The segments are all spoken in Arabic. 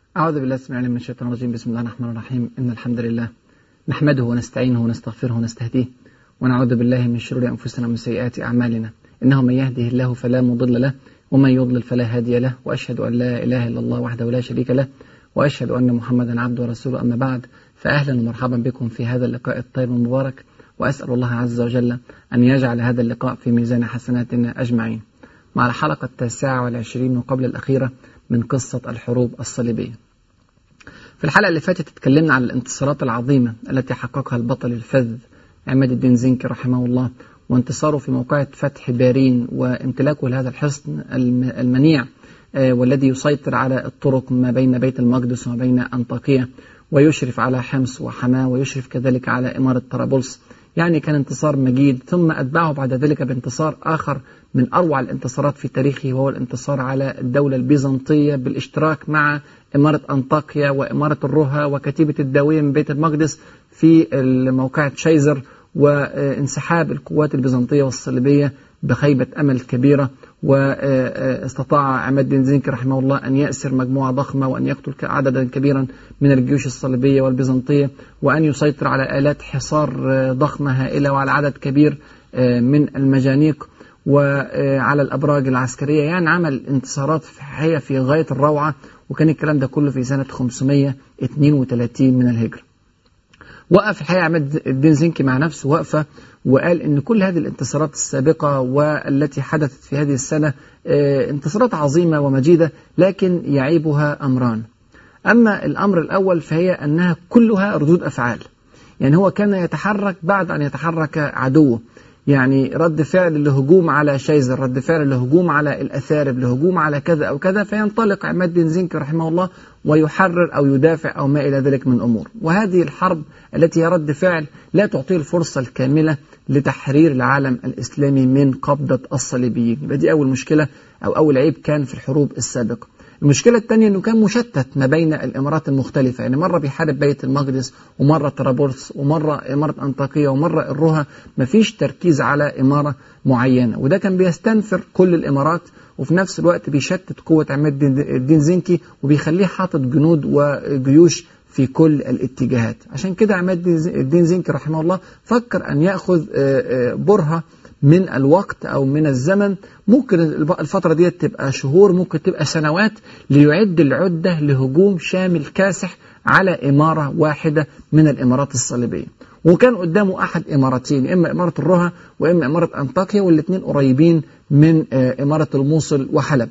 أعوذ بالله السميع العليم من الشيطان الرجيم. بسم الله الرحمن الرحيم. إن الحمد لله نحمده ونستعينه ونستغفره ونستهديه ونعوذ بالله من شرور أنفسنا ومن سيئات أعمالنا. إنه من يهده الله فلا مضل له ومن يضلل فلا هادي له، وأشهد أن لا إله إلا الله وحده لا شريك له، وأشهد أن محمدا عبده ورسوله. أما بعد، فأهلا ومرحبا بكم في هذا اللقاء الطيب المبارك، وأسأل الله عز وجل أن يجعل هذا اللقاء في ميزان حسناتنا أجمعين، مع الحلقة 29 وقبل الأخيرة من قصة الحروب الصليبية. في الحلقة اللي فاتت اتكلمنا عن الانتصارات العظيمة التي حققها البطل الفذ عماد الدين زنكي رحمه الله، وانتصاره في موقعة فتح بارين وامتلاكه لهذا الحصن المنيع والذي يسيطر على الطرق ما بين بيت المقدس وما بين أنطاكية، ويشرف على حمص وحماة، ويشرف كذلك على إمارة طرابلس. يعني كان انتصار مجيد، ثم أتبعه بعد ذلك بانتصار آخر من أروع الانتصارات في تاريخه، وهو الانتصار على الدولة البيزنطية بالاشتراك مع إمارة أنطاكيا وإمارة الرها وكتيبة الداوية من بيت المقدس في موقعة شيزر، وانسحاب القوات البيزنطية والصليبية بخيبة أمل كبيرة. واستطاع عماد الدين زنكي رحمه الله أن يأسر مجموعة ضخمة وأن يقتل عددا كبيرا من الجيوش الصليبية والبيزنطية، وأن يسيطر على آلات حصار ضخمة هائلة وعلى عدد كبير من المجانيق وعلى الأبراج العسكرية. يعني عمل انتصارات في غاية الروعة، وكان الكلام ده كله في سنة 532 من الهجرة. وقف الحقيقة عماد الدين زنكي مع نفسه وقفة، وقال إن كل هذه الانتصارات السابقة والتي حدثت في هذه السنة انتصارات عظيمة ومجيدة، لكن يعيبها أمران. أما الأمر الأول فهي أنها كلها ردود أفعال. يعني هو كان يتحرك بعد أن يتحرك عدوه، يعني رد فعل لهجوم على شيزر، رد فعل لهجوم على الأثارب، لهجوم على كذا أو كذا، فينطلق عماد الدين زنكي رحمه الله ويحرر أو يدافع أو ما إلى ذلك من أمور. وهذه الحرب التي هي رد فعل لا تعطيه الفرصة الكاملة لتحرير العالم الإسلامي من قبضة الصليبيين. يبقى دي أول مشكلة أو أول عيب كان في الحروب السابقة. المشكلة الثانية أنه كان مشتت ما بين الإمارات المختلفة، يعني مرة بيحارب بيت المقدس، ومرة طرابلس، ومرة إمارة أنطاكية، ومرة الرها. مفيش تركيز على إمارة معينة، وده كان بيستنفر كل الإمارات، وفي نفس الوقت بيشتت قوة عماد الدين زنكي وبيخليه حاطط جنود وجيوش في كل الاتجاهات. عشان كده عماد الدين زنكي رحمه الله فكر أن يأخذ برهة من الوقت أو من الزمن، ممكن الفترة دي تبقى شهور، ممكن تبقى سنوات، ليعد العدة لهجوم شامل كاسح على إمارة واحدة من الإمارات الصليبية. وكان قدامه أحد إمارتين، إما إمارة الرها وإما إمارة أنطاكيا، والاثنين قريبين من إمارة الموصل وحلب.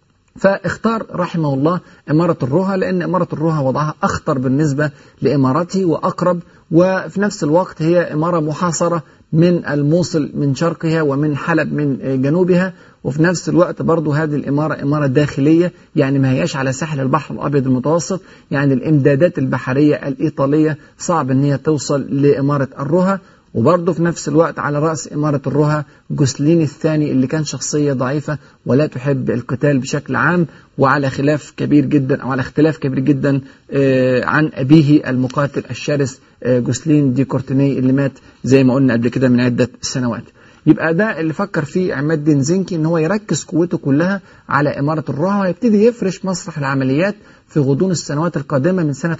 فاختار رحمه الله إمارة الرها، لأن إمارة الرها وضعها أخطر بالنسبة لإمارته وأقرب، وفي نفس الوقت هي إمارة محاصرة من الموصل من شرقها ومن حلب من جنوبها، وفي نفس الوقت برضو هذه الإمارة إمارة داخلية، يعني ما هياش على ساحل البحر الأبيض المتوسط. يعني الإمدادات البحرية الإيطالية صعب أن هي توصل لإمارة الرها. وبرضه في نفس الوقت على رأس إمارة الرها جوسلين الثاني، اللي كان شخصية ضعيفة ولا تحب القتال بشكل عام، وعلى خلاف كبير جدا أو على اختلاف كبير جدا عن أبيه المقاتل الشرس جوسلين دي كورتيني، اللي مات زي ما قلنا قبل كده من عدة سنوات. يبقى ده اللي فكر فيه عماد الدين زنكي، ان هو يركز قوته كلها على إمارة الرها، ويبتدي يفرش مسرح العمليات في غضون السنوات القادمة من سنة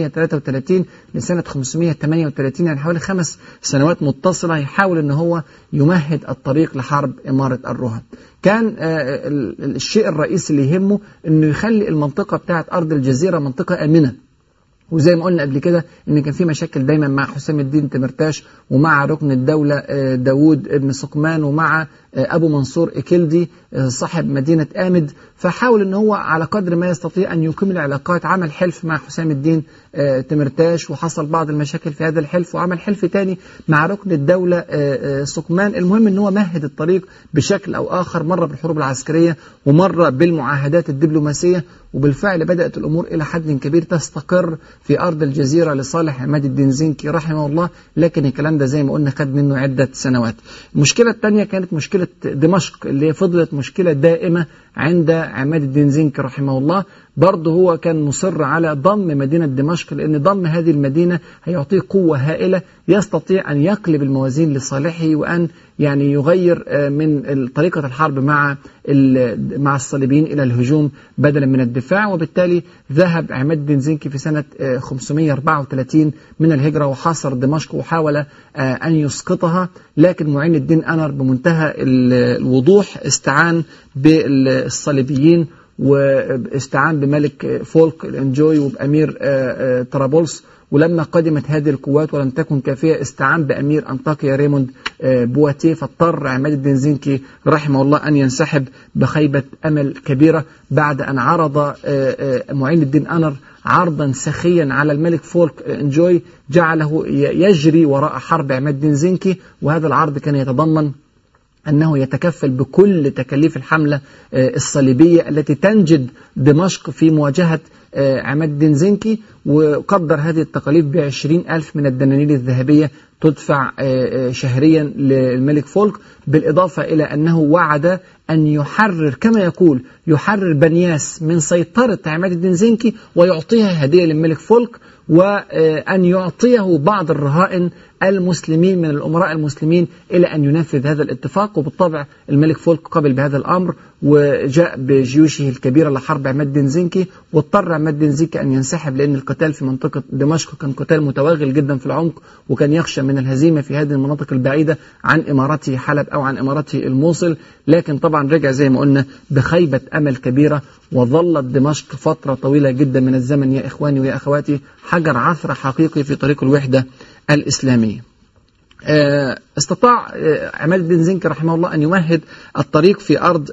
533 لسنة 538، يعني حوالي 5 سنوات متصلة يحاول ان هو يمهد الطريق لحرب إمارة الرها. كان الشيء الرئيسي اللي يهمه انه يخلي المنطقة بتاعت أرض الجزيرة منطقة آمنة. وزي ما قلنا قبل كده ان كان في مشاكل دايما مع حسام الدين تمرتاش، ومع ركن الدولة داوود ابن سقمان، ومع أبو منصور إكلدي صاحب مدينة آمد. فحاول ان هو على قدر ما يستطيع أن يكمل العلاقات، عمل حلف مع حسام الدين تمرتاش، وحصل بعض المشاكل في هذا الحلف، وعمل حلف تاني مع ركن الدولة سقمان. المهم ان هو مهد الطريق بشكل أو آخر، مرة بالحروب العسكرية ومرة بالمعاهدات الدبلوماسية، وبالفعل بدأت الأمور إلى حد كبير تستقر في أرض الجزيرة لصالح عماد الدين زنكي رحمه الله. لكن الكلام ده زي ما قلنا خد منه عدة سنوات. المشكلة الثانية كانت مشكلة دمشق، اللي فضلت مشكلة دائمة عند عماد الدين زنكي رحمه الله. برضه هو كان مصر على ضم مدينة دمشق، لأن ضم هذه المدينة هيعطيه قوة هائلة يستطيع أن يقلب الموازين لصالحه، وأن يعني يغير من طريقة الحرب مع الصليبيين إلى الهجوم بدلا من الدفاع. وبالتالي ذهب عماد الدين زنكي في سنة 534 من الهجرة وحاصر دمشق وحاول أن يسقطها، لكن معين الدين أنر بمنتهى الوضوح استعان بالصليبيين واستعان بملك فولك الانجوي وبأمير طرابلس. ولما قدمت هذه القوات ولم تكن كافية استعان بأمير أنطاكيا ريموند بواتيه، فاضطر عماد الدين زنكي رحمه الله أن ينسحب بخيبة أمل كبيرة بعد أن عرض معين الدين أنر عرضا سخيا على الملك فولك انجوي جعله يجري وراء حرب عماد الدين زنكي. وهذا العرض كان يتضمن أنه يتكفل بكل تكاليف الحملة الصليبية التي تنجد دمشق في مواجهة عماد الدين زنكي، وقدر هذه التكاليف ب20,000 من الدنانير الذهبية تدفع شهريا للملك فولك، بالإضافة إلى أنه وعد أن يحرر كما يقول يحرر بنياس من سيطرة عماد الدين زنكي ويعطيها هدية للملك فولك، وأن يعطيه بعض الرهائن المسلمين من الأمراء المسلمين إلى أن ينفذ هذا الاتفاق. وبالطبع الملك فولك قبل بهذا الأمر وجاء بجيوشه الكبيرة لحرب عماد الدين زنكي، واضطر عماد الدين زنكي أن ينسحب لأن القتال في منطقة دمشق كان قتال متوغل جدا في العمق، وكان يخشى من الهزيمة في هذه المناطق البعيدة عن إمارته حلب أو عن إمارته الموصل. لكن طبعا رجع زي ما قلنا بخيبة أمل كبيرة، وظلت دمشق فترة طويلة جدا من الزمن يا إخواني ويا أخواتي حجر عثرة حقيقي في طريق الوحدة الإسلامية. استطاع عماد الدين زنكي رحمه الله أن يمهد الطريق في أرض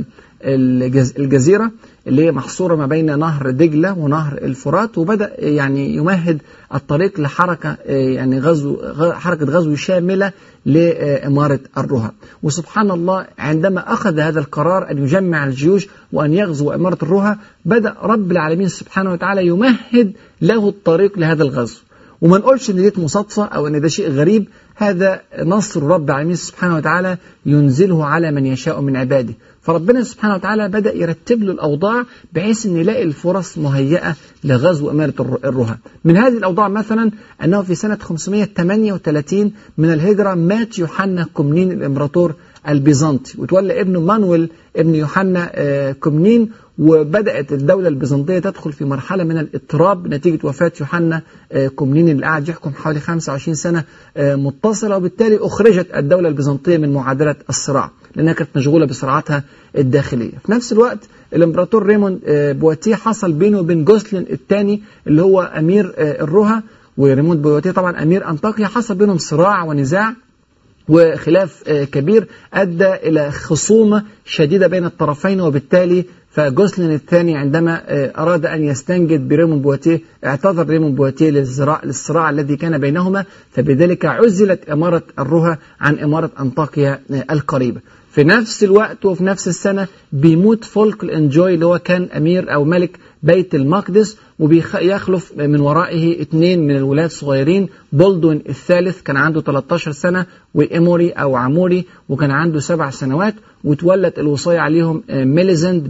الجزيرة اللي هي محصورة ما بين نهر دجلة ونهر الفرات، وبدأ يعني يمهد الطريق لحركة يعني حركة غزو شاملة لإمارة الرها. وسبحان الله عندما أخذ هذا القرار أن يجمع الجيوش وأن يغزو إمارة الرها، بدأ رب العالمين سبحانه وتعالى يمهد له الطريق لهذا الغزو. وما نقولش ان دي مصادفة او ان ده شيء غريب، هذا نصر رب العالمين سبحانه وتعالى ينزله على من يشاء من عباده. فربنا سبحانه وتعالى بدأ يرتب له الأوضاع بحيث أن يلاقي الفرص مهيئة لغزو إمارة الرها. من هذه الأوضاع مثلا أنه في سنة 538 من الهجرة مات يوحنا كومنين الإمبراطور البيزنطي، وتولى ابنه مانويل ابن يوحنا كومنين، وبدأت الدولة البيزنطية تدخل في مرحلة من الاضطراب نتيجة وفاة يوحنا كومنين اللي قاعد يحكم حوالي 25 سنة متصلة، وبالتالي أخرجت الدولة البيزنطية من معادلة الصراع لأنها كانت مشغولة بصراعاتها الداخلية. في نفس الوقت الإمبراطور ريموند بواتيه حصل بينه وبين جوسلين الثاني اللي هو أمير الرها، وريموند بواتيه طبعا أمير أنطاكيا، حصل بينهم صراع ونزاع وخلاف كبير أدى إلى خصومة شديدة بين الطرفين. وبالتالي فجوسلين الثاني عندما أراد أن يستنجد بريموند بواتيه اعتذر ريموند بواتيه للصراع الذي كان بينهما، فبذلك عزلت إمارة الرها عن إمارة أنطاكيا القريبة. في نفس الوقت وفي نفس السنة بيموت فولك الانجوي اللي هو كان أمير أو ملك بيت المقدس، وبيخلف من ورائه 2 من الولاد الصغيرين، بولدوين الثالث كان عنده 13 سنة، وإيموري أو عموري وكان عنده 7 سنوات، وتولت الوصاية عليهم ميليزند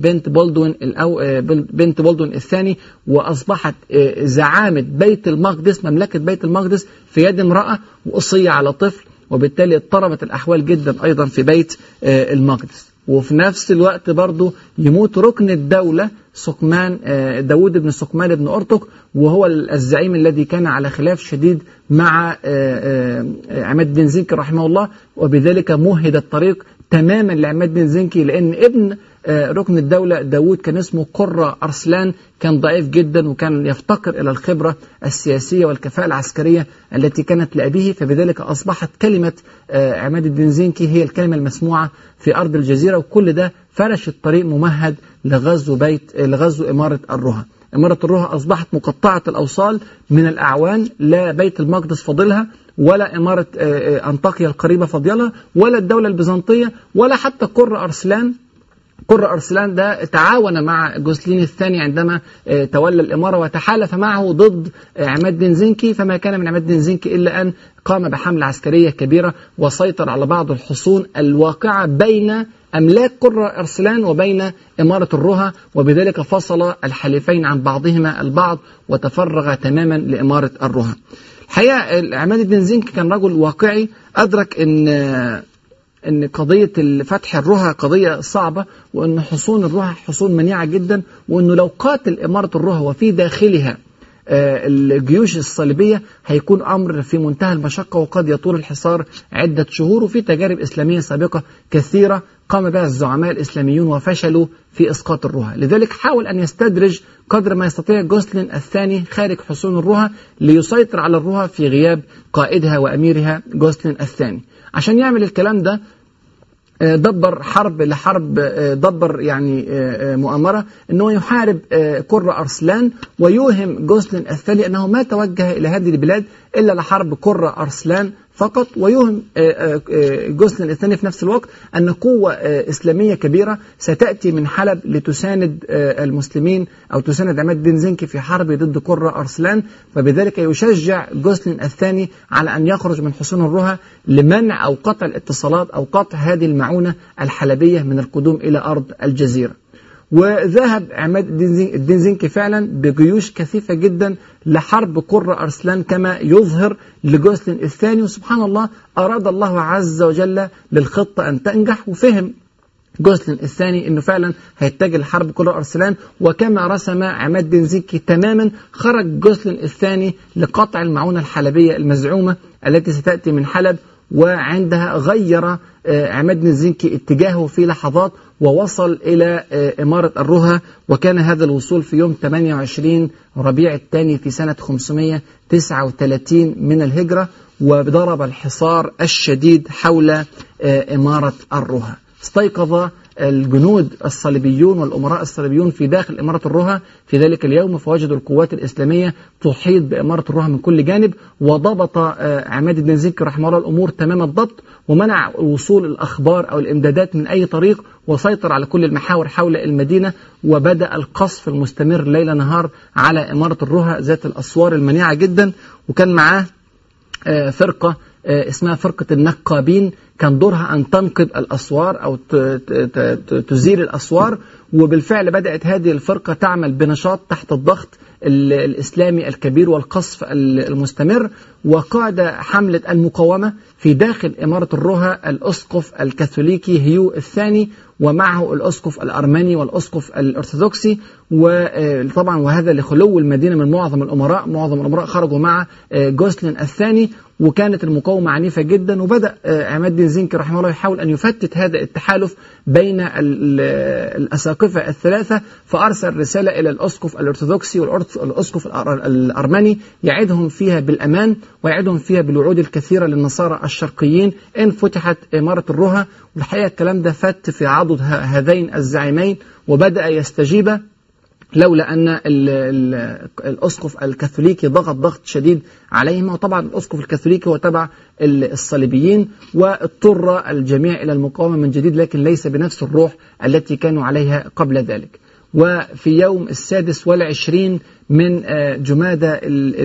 بنت بولدوين الثاني، وأصبحت زعامة بيت المقدس مملكة بيت المقدس في يد امرأة وأصية على طفل، وبالتالي اضطربت الأحوال جدا أيضا في بيت المقدس. وفي نفس الوقت برضو يموت ركن الدولة سقمان داود بن سقمان بن أرطك، وهو الزعيم الذي كان على خلاف شديد مع عماد الدين زنكي رحمه الله، وبذلك مهد الطريق تماما لعماد الدين زنكي، لأن ابن ركن الدولة داود كان اسمه قرة أرسلان، كان ضعيف جدا وكان يفتقر إلى الخبرة السياسية والكفاءة العسكرية التي كانت لأبيه، فبذلك أصبحت كلمة عماد الدين زنكي هي الكلمة المسموعة في أرض الجزيرة، وكل ده فرش الطريق ممهد لغزو إمارة الرها. إمارة الرها أصبحت مقطعة الأوصال من الأعوان، لا بيت المقدس فاضلها ولا إمارة أنطاكيا القريبة فاضلها ولا الدولة البيزنطية ولا حتى قرة أرسلان. قرة أرسلان ده تعاون مع جوسلين الثاني عندما تولى الإمارة وتحالف معه ضد عماد الدين زنكي، فما كان من عماد الدين زنكي إلا أن قام بحملة عسكرية كبيرة وسيطر على بعض الحصون الواقعة بين أملاك قرة أرسلان وبين إمارة الرها، وبذلك فصل الحليفين عن بعضهما البعض وتفرغ تماما لإمارة الرها. الحقيقة عماد الدين زنكي كان رجل واقعي، أدرك أن قضية فتح الرها قضية صعبة، وأن حصون الرها حصون منيعة جدا، وأنه لو قاتل إمارة الرها وفي داخلها الجيوش الصليبية هيكون أمر في منتهى المشقة، وقد يطول الحصار عدة شهور. وفي تجارب إسلامية سابقة كثيرة قام بها الزعماء الإسلاميون وفشلوا في إسقاط الرها. لذلك حاول أن يستدرج قدر ما يستطيع جوسلين الثاني خارج حصون الرها ليسيطر على الرها في غياب قائدها وأميرها جوسلين الثاني. عشان يعمل الكلام ده دبر مؤامرة أنه يحارب قرة أرسلان، ويوهم جوسلين الثاني أنه ما توجه إلى هذه البلاد إلا لحرب قرة أرسلان فقط، ويوهم جوسلين الثاني في نفس الوقت أن قوة إسلامية كبيرة ستأتي من حلب لتساند المسلمين أو تساند عماد الدين زنكي في حرب ضد قرة أرسلان. فبذلك يشجع جوسلين الثاني على أن يخرج من حصون الرها لمنع أو قطع الاتصالات أو قطع هذه المعونة الحلبية من القدوم إلى أرض الجزيرة. وذهب عماد الدين زنكي فعلا بجيوش كثيفة جدا لحرب قرة أرسلان كما يظهر لجوسلين الثاني. وسبحان الله أراد الله عز وجل للخطة أن تنجح، وفهم جوسلين الثاني أنه فعلا هيتجه لحرب قرة أرسلان، وكما رسم عماد الدين زنكي تماما خرج جوسلين الثاني لقطع المعونة الحلبية المزعومة التي ستأتي من حلب. وعندها غير عماد الدين زنكي اتجاهه في لحظات ووصل إلى إمارة الرها، وكان هذا الوصول في يوم 28 ربيع الثاني في سنة 539 من الهجرة، وضرب الحصار الشديد حول إمارة الرها. استيقظ الجنود الصليبيون والأمراء الصليبيون في داخل إمارة الرها في ذلك اليوم، فوجدوا القوات الإسلامية تحيط بإمارة الرها من كل جانب، وضبط عماد الدين زنكي رحمه الله الأمور تمام الضبط، ومنع وصول الأخبار أو الإمدادات من أي طريق، وسيطر على كل المحاور حول المدينة، وبدأ القصف المستمر ليل نهار على إمارة الرها ذات الأسوار المنيعة جدا. وكان معاه فرقة اسمها فرقة النقابين، كان دورها أن تنقب الأسوار أو تزيل الأسوار. وبالفعل بدأت هذه الفرقة تعمل بنشاط تحت الضغط الإسلامي الكبير والقصف المستمر. وقاد حملة المقاومة في داخل إمارة الرها الأسقف الكاثوليكي هيو الثاني، ومعه الأسقف الأرمني والأسقف الأرثوذكسي. وطبعا وهذا لخلو المدينة من معظم الأمراء خرجوا مع جوسلين الثاني، وكانت المقاومة عنيفة جدا. وبدأ عماد الدين زنكي رحمه الله يحاول أن يفتت هذا التحالف بين الأساقفة الثلاثة، فأرسل رسالة إلى الأسقف الأرثوذكسي والأسقف الأرمني يعدهم فيها بالأمان، ويعدهم فيها بالوعود الكثيرة للنصارى الشرقيين إن فتحت إمارة الرها. والحقيقة الكلام ده فت في عضد هذين الزعيمين، وبدأ يستجيب، لولا أن الأسقف الكاثوليكي ضغط شديد عليهم. وطبعا الأسقف الكاثوليكي هو تبع الصليبيين، واضطر الجميع إلى المقاومة من جديد، لكن ليس بنفس الروح التي كانوا عليها قبل ذلك. وفي يوم 26 من جمادى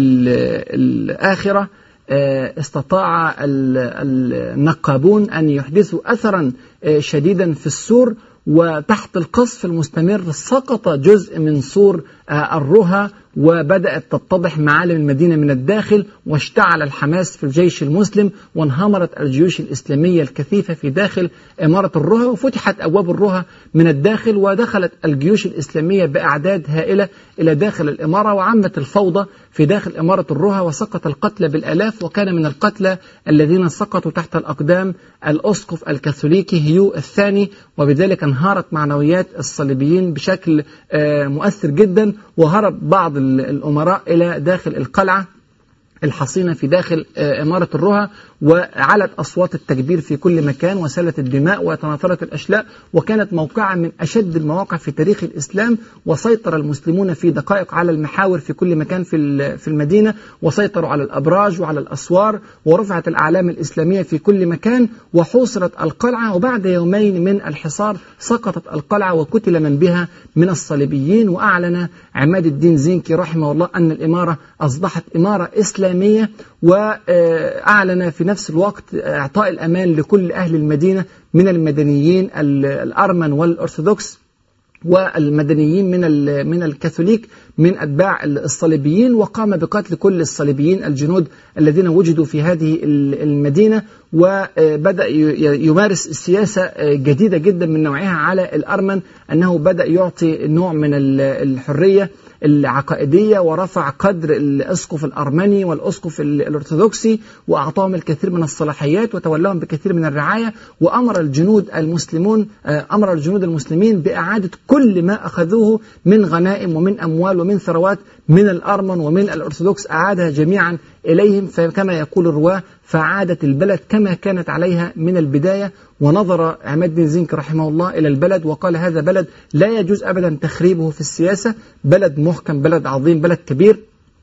الآخرة استطاع النقابون أن يحدثوا أثرا شديدا في السور، وتحت القصف المستمر سقط جزء من سور الرها، وبدأت تتضح معالم المدينة من الداخل، واشتعل الحماس في الجيش المسلم، وانهمرت الجيوش الإسلامية الكثيفة في داخل إمارة الرها، وفتحت أبواب الرها من الداخل، ودخلت الجيوش الإسلامية بأعداد هائلة إلى داخل الإمارة، وعمت الفوضى في داخل إمارة الرها، وسقط القتلى بالآلاف. وكان من القتلى الذين سقطوا تحت الأقدام الأسقف الكاثوليكي هيو الثاني، وبذلك انهارت معنويات الصليبيين بشكل مؤثر جدا. وهرب بعض الأمراء إلى داخل القلعة الحصينة في داخل إمارة الرها، وعلت أصوات التكبير في كل مكان، وسالت الدماء وتناثرت الأشلاء، وكانت موقعا من أشد المواقع في تاريخ الإسلام. وسيطر المسلمون في دقائق على المحاور في كل مكان في المدينة، وسيطروا على الأبراج وعلى الأسوار، ورفعت الأعلام الإسلامية في كل مكان، وحوصرت القلعة. وبعد يومين من الحصار سقطت القلعة وقتل من بها من الصليبيين. وأعلن عماد الدين زنكي رحمه الله أن الإمارة أصبحت إمارة إسلامية إسلامية، وأعلن في نفس الوقت إعطاء الأمان لكل أهل المدينة من المدنيين الأرمن والأرثوذكس والمدنيين من الكاثوليك من أتباع الصليبيين، وقام بقتل كل الصليبيين الجنود الذين وجدوا في هذه المدينة، وبدأ يمارس سياسة جديدة جدا من نوعها على الأرمن، أنه بدأ يعطي نوع من الحرية العقائدية، ورفع قدر الأسقف الأرمني والأسقف الأرثوذكسي، وأعطاهم الكثير من الصلاحيات وتولاهم بكثير من الرعاية، وأمر الجنود المسلمين بإعادة كل ما أخذوه من غنائم ومن أموال ومن ثروات من الأرمن ومن الأرثوذكس، أعادها جميعا إليهم. فكما يقول الرواة فعادت البلد كما كانت عليها من البداية. ونظر عماد الدين زنكي رحمه الله إلى البلد وقال هذا بلد لا يجوز أبدا تخريبه في السياسة، بلد محكم، بلد عظيم، بلد كبير.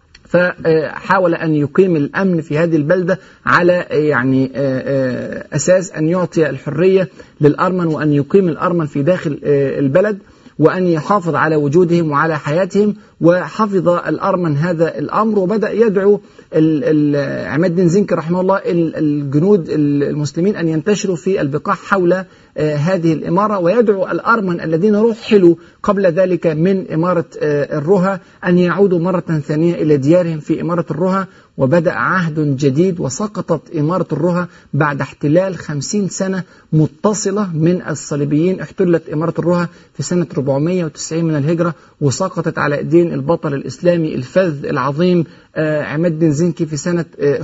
فحاول أن يقيم الأمن في هذه البلدة على أساس أن يعطي الحرية للأرمن، وأن يقيم الأرمن في داخل البلد، وأن يحافظ على وجودهم وعلى حياتهم. وحفظ الأرمن هذا الأمر، وبدأ يدعو عماد الدين زنكي رحمه الله الجنود المسلمين أن ينتشروا في البقاع حول هذه الإمارة، ويدعو الأرمن الذين رحلوا قبل ذلك من إمارة الرها أن يعودوا مرة ثانية إلى ديارهم في إمارة الرها. وبدأ عهد جديد، وسقطت إمارة الرها بعد احتلال 50 سنة متصلة من الصليبيين. احتلت إمارة الرها في سنة 490 من الهجرة، وسقطت على ايدين البطل الإسلامي الفذ العظيم عماد الدين زنكي في سنة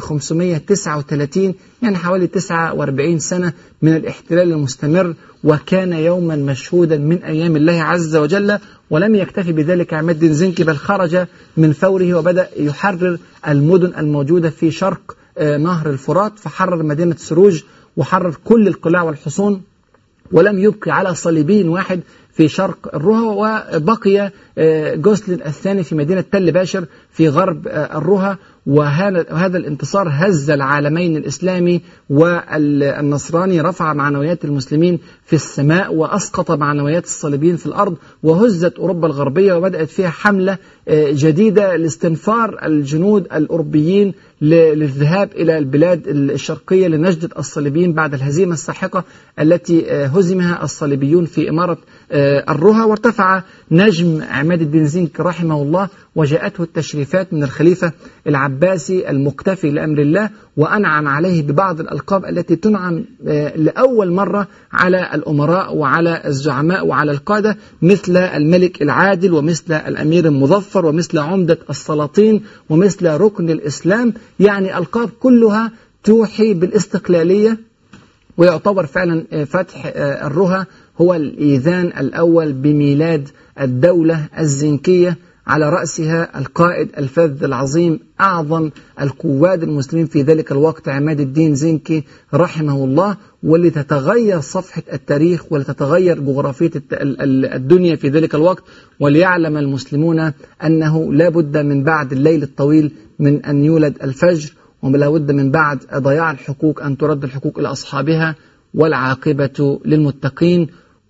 539، يعني حوالي 49 سنة من الاحتلال المستمر. وكان يوما مشهودا من أيام الله عز وجل. ولم يكتفي بذلك عماد الدين زنكي، بل خرج من فوره وبدأ يحرر المدن الموجودة في شرق نهر الفرات، فحرر مدينة سروج وحرر كل القلاع والحصون، ولم يبقي على صليبي واحد في شرق الرها. وبقي جوسلين الثاني في مدينة تل باشر في غرب الرها. وهذا الانتصار هز العالمين الإسلامي والنصراني، رفع معنويات المسلمين في السماء وأسقط معنويات الصليبيين في الأرض، وهزت أوروبا الغربية، وبدأت فيها حملة جديدة لاستنفار الجنود الأوروبيين للذهاب إلى البلاد الشرقية لنجدة الصليبيين بعد الهزيمة الساحقة التي هزمها الصليبيون في إمارة الرها. وارتفع نجم عماد الدين زنكي رحمه الله، وجاءته التشريفات من الخليفة العباسي المكتفي لأمر الله، وأنعم عليه ببعض الألقاب التي تنعم لأول مرة على الأمراء وعلى الزعماء وعلى القادة، مثل الملك العادل، ومثل الأمير المظفر، ومثل عمدة السلاطين، ومثل ركن الإسلام، يعني ألقاب كلها توحي بالاستقلالية. ويعتبر فعلا فتح الرها هو الإيذان الأول بميلاد الدولة الزنكية، على رأسها القائد الفذ العظيم أعظم القواد المسلمين في ذلك الوقت عماد الدين زنكي رحمه الله، واللي تتغير صفحة التاريخ ولتتغير جغرافية الدنيا في ذلك الوقت. وليعلم المسلمون أنه لا بد من بعد الليل الطويل من أن يولد الفجر، ولا بد من بعد ضياع الحقوق أن ترد الحقوق إلى أصحابها، والعاقبة للمتقين.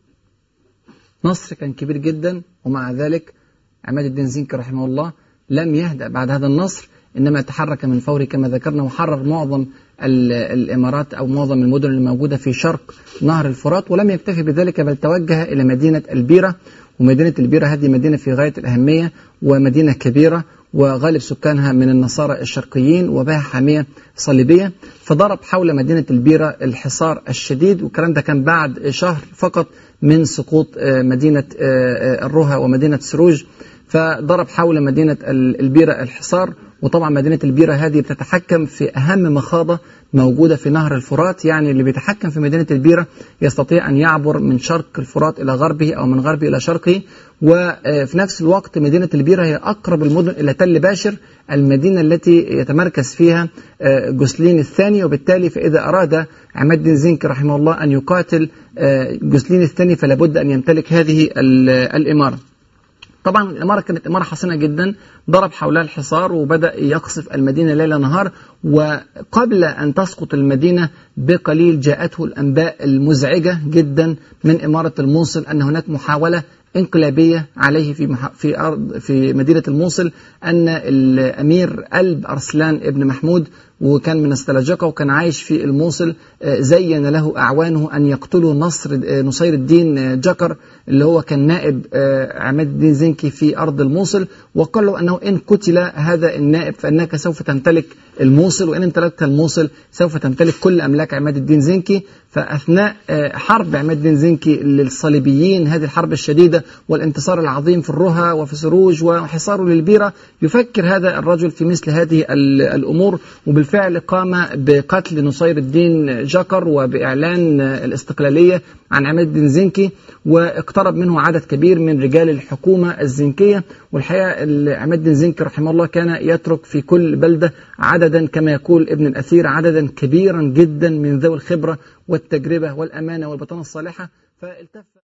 نصر كان كبير جدا، ومع ذلك عماد الدين زنكي رحمه الله لم يهدأ بعد هذا النصر، إنما تحرك من فوره كما ذكرنا، وحرر معظم الإمارات أو معظم المدن الموجودة في شرق نهر الفرات. ولم يكتفي بذلك، بل توجه إلى مدينة البيرة. ومدينة البيرة هذه مدينة في غاية الأهمية، ومدينة كبيرة، وغالب سكانها من النصارى الشرقيين، وبها حامية صليبية. فضرب حول مدينة البيرة الحصار الشديد، والكلام ده كان بعد شهر فقط من سقوط مدينة الرها ومدينة سروج. فضرب حول مدينة البيرة الحصار. وطبعا مدينة البيرة هذه بتتحكم في أهم مخاضة موجودة في نهر الفرات، يعني اللي بيتحكم في مدينة البيرة يستطيع أن يعبر من شرق الفرات إلى غربه أو من غربه إلى شرقه. وفي نفس الوقت مدينة البيرة هي أقرب المدن إلى تل باشر، المدينة التي يتمركز فيها جوسلين الثاني. وبالتالي فإذا أراد عماد الدين زنكي رحمه الله أن يقاتل جوسلين الثاني فلا بد أن يمتلك هذه الإمارة. طبعا الإمارة كانت إمارة حصينة جدا، ضرب حولها الحصار وبدأ يقصف المدينة ليل نهار. وقبل أن تسقط المدينة بقليل جاءته الأنباء المزعجة جدا من إمارة الموصل أن هناك محاولة انقلابية عليه في مدينة الموصل، أن الأمير قلب أرسلان ابن محمود، وكان من السلاجقة وكان عايش في الموصل، زين له أعوانه أن يقتلوا نصير الدين جكر اللي هو كان نائب عماد الدين زنكي في أرض الموصل، وقال له أنه إن قتل هذا النائب فإنك سوف تمتلك الموصل، وإن امتلكت الموصل سوف تمتلك كل أملاك عماد الدين زنكي. فأثناء حرب عماد الدين زنكي للصليبيين، هذه الحرب الشديدة والانتصار العظيم في الرها وفي سروج وحصاره للبيرة، يفكر هذا الرجل في مثل هذه الأمور، وبالفعل قام بقتل نصير الدين جكر وبإعلان الاستقلالية عن عماد الدين زنكي، واقترب منه عدد كبير من رجال الحكومة الزنكية. والحقيقة عماد الدين زنكي رحمه الله كان يترك في كل بلدة عددا، كما يقول ابن الأثير، عددا كبيرا جدا من ذوي الخبرة والتجربة والأمانة والبطانة الصالحة. فالتف